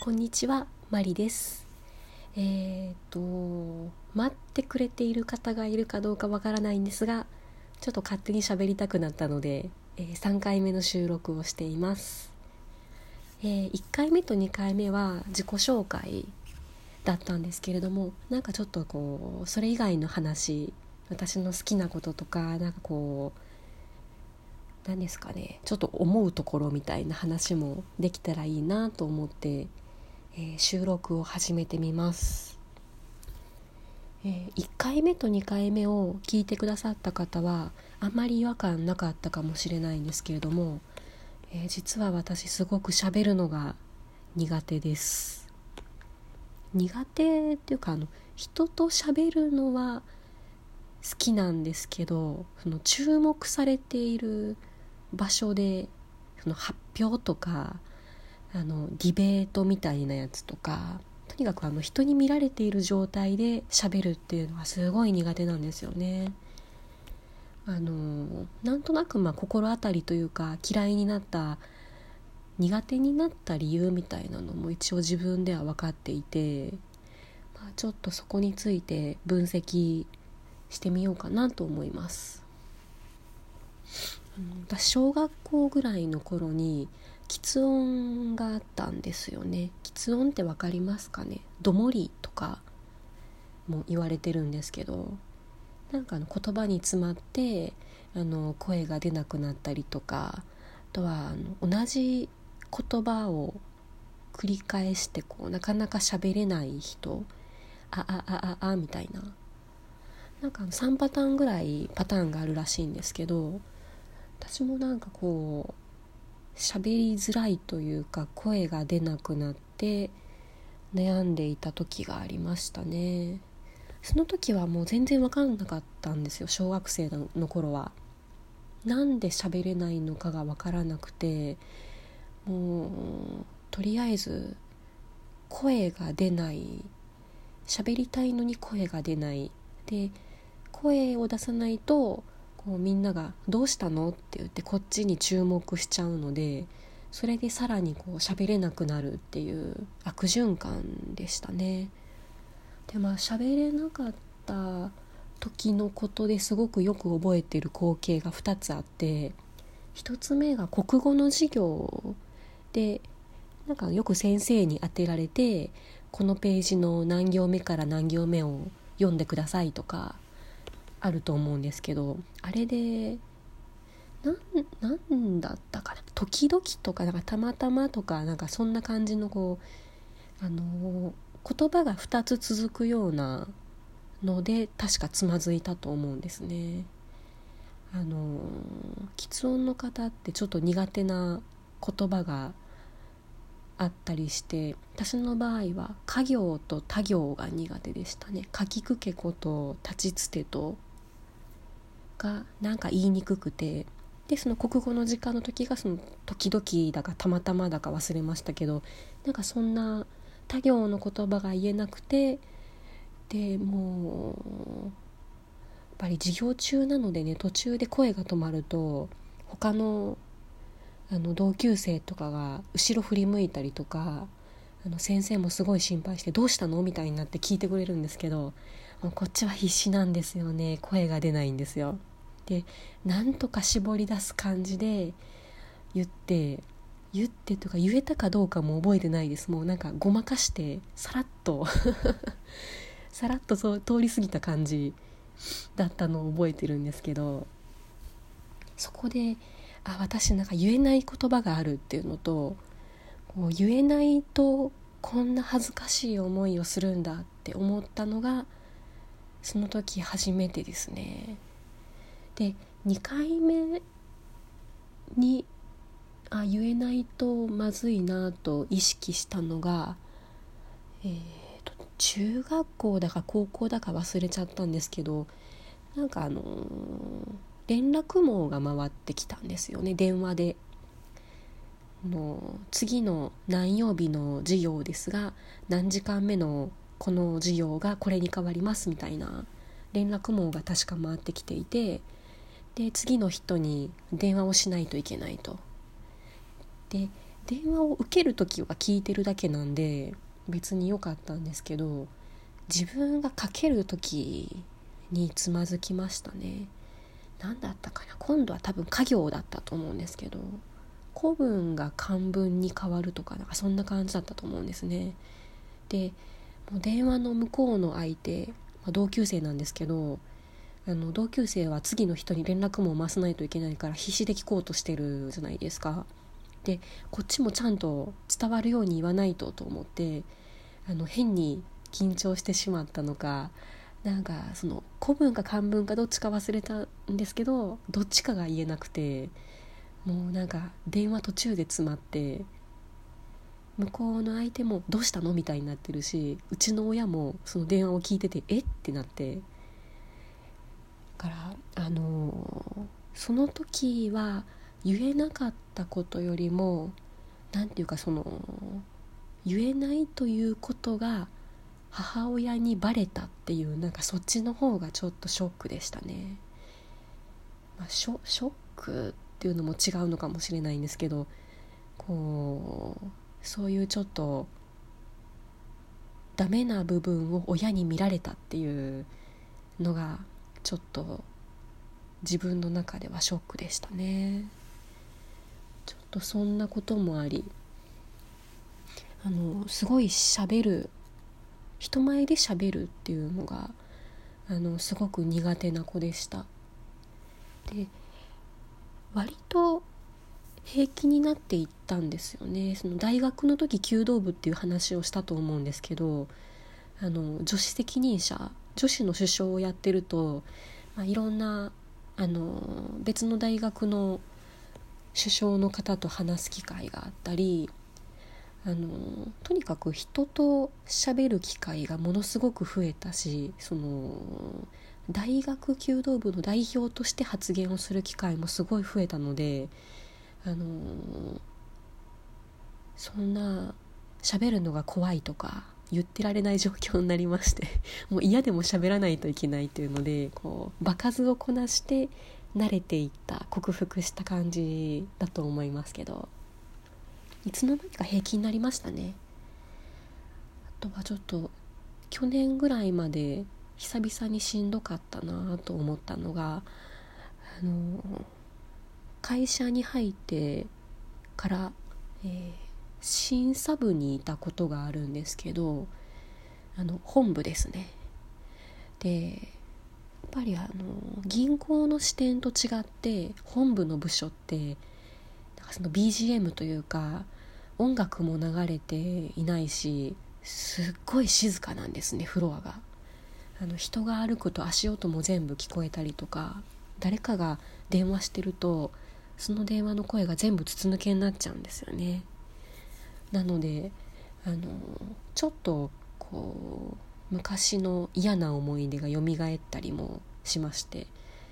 こんにちは、マリです。待ってくれている方がいるかどうかわからないんですが、ちょっと勝手に喋りたくなったので、3回目の収録をしています。1回目と2回目は自己紹介だったんですけれども、なんかちょっとそれ以外の話、私の好きなこととか、何ですかね、ちょっと思うところみたいな話もできたらいいなと思って、収録を始めてみます。1回目と2回目を聞いてくださった方はあんまり違和感なかったかもしれないんですけれども、実は私すごく喋るのが苦手です。苦手っていうか、人と喋るのは好きなんですけど、その注目されている場所でその発表とかディベートみたいなやつとか、とにかく人に見られている状態で喋るっていうのがすごい苦手なんですよね。なんとなく心当たりというか、嫌いになった苦手になった理由みたいなのも一応自分では分かっていて、ちょっとそこについて分析してみようかなと思います。私小学校ぐらいの頃に喫音があったんですよね。喫音ってわかりますかね。どもりとかも言われてるんですけど、なんか言葉に詰まって声が出なくなったりとか、あとは同じ言葉を繰り返してなかなか喋れない人、みたいな、なんか3パターンぐらいパターンがあるらしいんですけど、私も喋りづらいというか、声が出なくなって悩んでいた時がありましたね。その時はもう全然分かんなかったんですよ。小学生の頃はなんで喋れないのかが分からなくて、もうとりあえず声が出ない、喋りたいのに声が出ないで、声を出さないとみんながどうしたのって言ってこっちに注目しちゃうので、それでさらに喋れなくなるっていう悪循環でしたね。で喋れなかった時のことですごくよく覚えている光景が2つあって、1つ目が国語の授業で、なんかよく先生に当てられて、このページの何行目から何行目を読んでくださいとかあると思うんですけど、あれでなんだったかな、時々とかたまたまとかそんな感じの言葉が2つ続くようなので確かつまずいたと思うんですね。喫音の方ってちょっと苦手な言葉があったりして、私の場合は家行と他行が苦手でしたね。かきくけこと立ちつてとが言いにくくて、でその国語の時間の時がその時々だかたまたまだか忘れましたけど、そんな他行の言葉が言えなくて、でもうやっぱり授業中なのでね、途中で声が止まると他の同級生とかが後ろ振り向いたりとか、先生もすごい心配してどうしたのみたいになって聞いてくれるんですけど、もうこっちは必死なんですよね。声が出ないんですよ。でなんとか絞り出す感じで言ってとか、言えたかどうかも覚えてないです。もうごまかしてさらっとさらっとそう通り過ぎた感じだったのを覚えてるんですけど、そこで私言えない言葉があるっていうのと、言えないとこんな恥ずかしい思いをするんだって思ったのがその時初めてですね。で2回目に言えないとまずいなと意識したのが、中学校だか高校だか忘れちゃったんですけど、連絡網が回ってきたんですよね、電話で。次の何曜日の授業ですが何時間目のこの授業がこれに変わりますみたいな連絡網が確か回ってきていて、で次の人に電話をしないといけないと。で電話を受ける時は聞いてるだけなんで別に良かったんですけど、自分がかける時につまずきましたね。何だったかな、今度は多分家行だったと思うんですけど、古文が漢文に変わるとか、なんかそんな感じだったと思うんですね。でもう電話の向こうの相手、同級生なんですけど、同級生は次の人に連絡も回さないといけないから必死で聞こうとしてるじゃないですか。でこっちもちゃんと伝わるように言わないと思って、変に緊張してしまったのか、なんかその古文か漢文かどっちか忘れたんですけど、どっちかが言えなくて、もうなんか電話途中で詰まって、向こうの相手もどうしたのみたいになってるし、うちの親もその電話を聞いててえってなって、だからその時は言えなかったことよりも、なんていうか、その言えないということが母親にバレたっていう、なんかそっちの方がちょっとショックでしたね。ショックっていうのも違うのかもしれないんですけど、こうそういうちょっとダメな部分を親に見られたっていうのがちょっと自分の中ではショックでしたね。ちょっとそんなこともあり、すごい人前で喋るっていうのがすごく苦手な子でした。で割と平気になっていったんですよね。その大学の時弓道部っていう話をしたと思うんですけど、女子責任者、女子の主将をやってると、いろんな別の大学の主将の方と話す機会があったり、とにかく人と喋る機会がものすごく増えたし、その大学弓道部の代表として発言をする機会もすごい増えたので、そんな喋るのが怖いとか言ってられない状況になりましてもう嫌でも喋らないといけないというので、こう場数をこなして慣れていった、克服した感じだと思いますけど、いつの間にか平気になりましたね。あとはちょっと去年ぐらいまで久々にしんどかったなと思ったのが、会社に入ってから、審査部にいたことがあるんですけど、本部ですね。でやっぱり銀行の支店と違って本部の部署ってなんかその BGM というか音楽も流れていないし、すっごい静かなんですね、フロアが。人が歩くと足音も全部聞こえたりとか、誰かが電話してるとその電話の声が全部筒抜けになっちゃうんですよね。なのでちょっとこう昔の嫌な思い出が蘇ったりもしまして、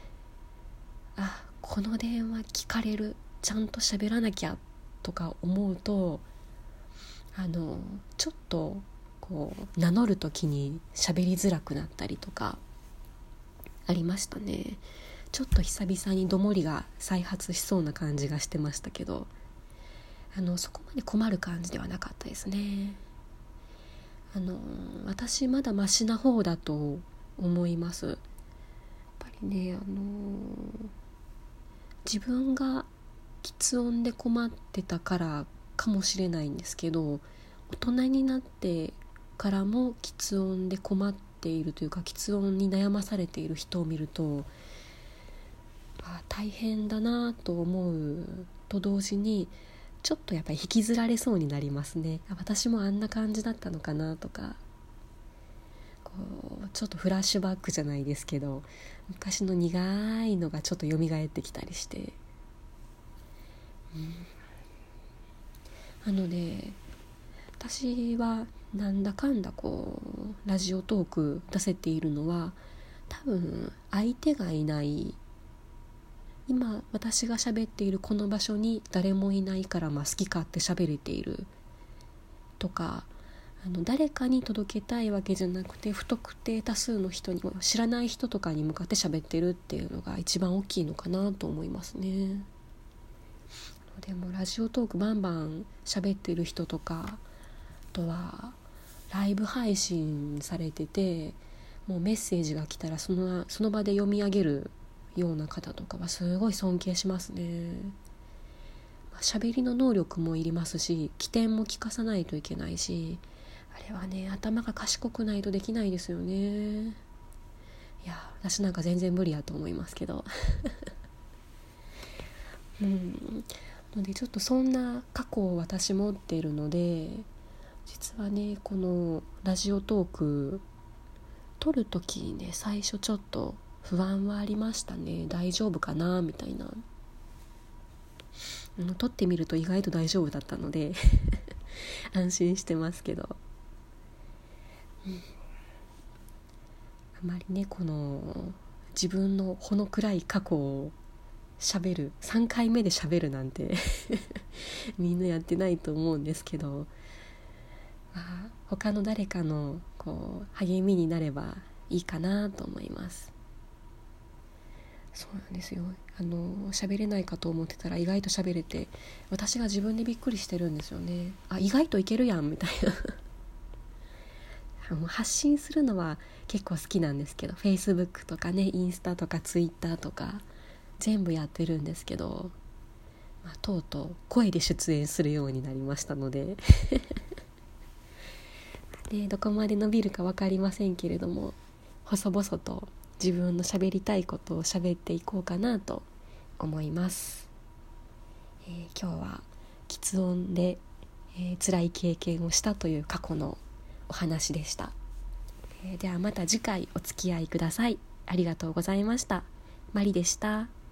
この電話聞かれる、ちゃんと喋らなきゃとか思うとちょっとこう名乗る時に喋りづらくなったりとかありましたね。ちょっと久々にどもりが再発しそうな感じがしてましたけど、そこまで困る感じではなかったですね。私まだマシな方だと思います。やっぱりね、自分が喫音で困ってたからかもしれないんですけど、大人になってからも喫音で困っているというか、喫音に悩まされている人を見ると大変だなと思うと同時に、ちょっとやっぱり引きずられそうになりますね。私もあんな感じだったのかなとか、こうちょっとフラッシュバックじゃないですけど、昔の苦いのがちょっと蘇ってきたりして、なので私はなんだかんだこうラジオトーク出せているのは、多分相手がいない、今私が喋っているこの場所に誰もいないから、好き勝手喋れているとか、誰かに届けたいわけじゃなくて不特定多数の人に、知らない人とかに向かって喋ってるっていうのが一番大きいのかなと思いますね。 でもラジオトークバンバン喋ってる人とか、あとはライブ配信されてて、もうメッセージが来たらその場で読み上げるような方とかはすごい尊敬しますね。喋りの能力もいりますし、起点も聞かさないといけないし、あれはね、頭が賢くないとできないですよね。いや、私なんか全然無理やと思いますけどのでちょっとそんな過去を私持っているので、実はね、このラジオトーク撮るときにね、最初ちょっと不安はありましたね。大丈夫かなみたいな。撮ってみると意外と大丈夫だったので安心してますけど、あまりね、この自分のほの暗い過去を喋る、3回目で喋るなんてみんなやってないと思うんですけど、他の誰かの励みになればいいかなと思います。そうなんですよ。喋れないかと思ってたら意外と喋れて、私が自分でびっくりしてるんですよね。意外といけるやんみたいな発信するのは結構好きなんですけど、 Facebook とかね、インスタとか Twitter とか全部やってるんですけど、とうとう声で出演するようになりましたのでで、どこまで伸びるか分かりませんけれども、細々と自分の喋りたいことを喋っていこうかなと思います。今日は喫音で、辛い経験をしたという過去のお話でした。ではまた次回お付き合いください。ありがとうございました。マリでした。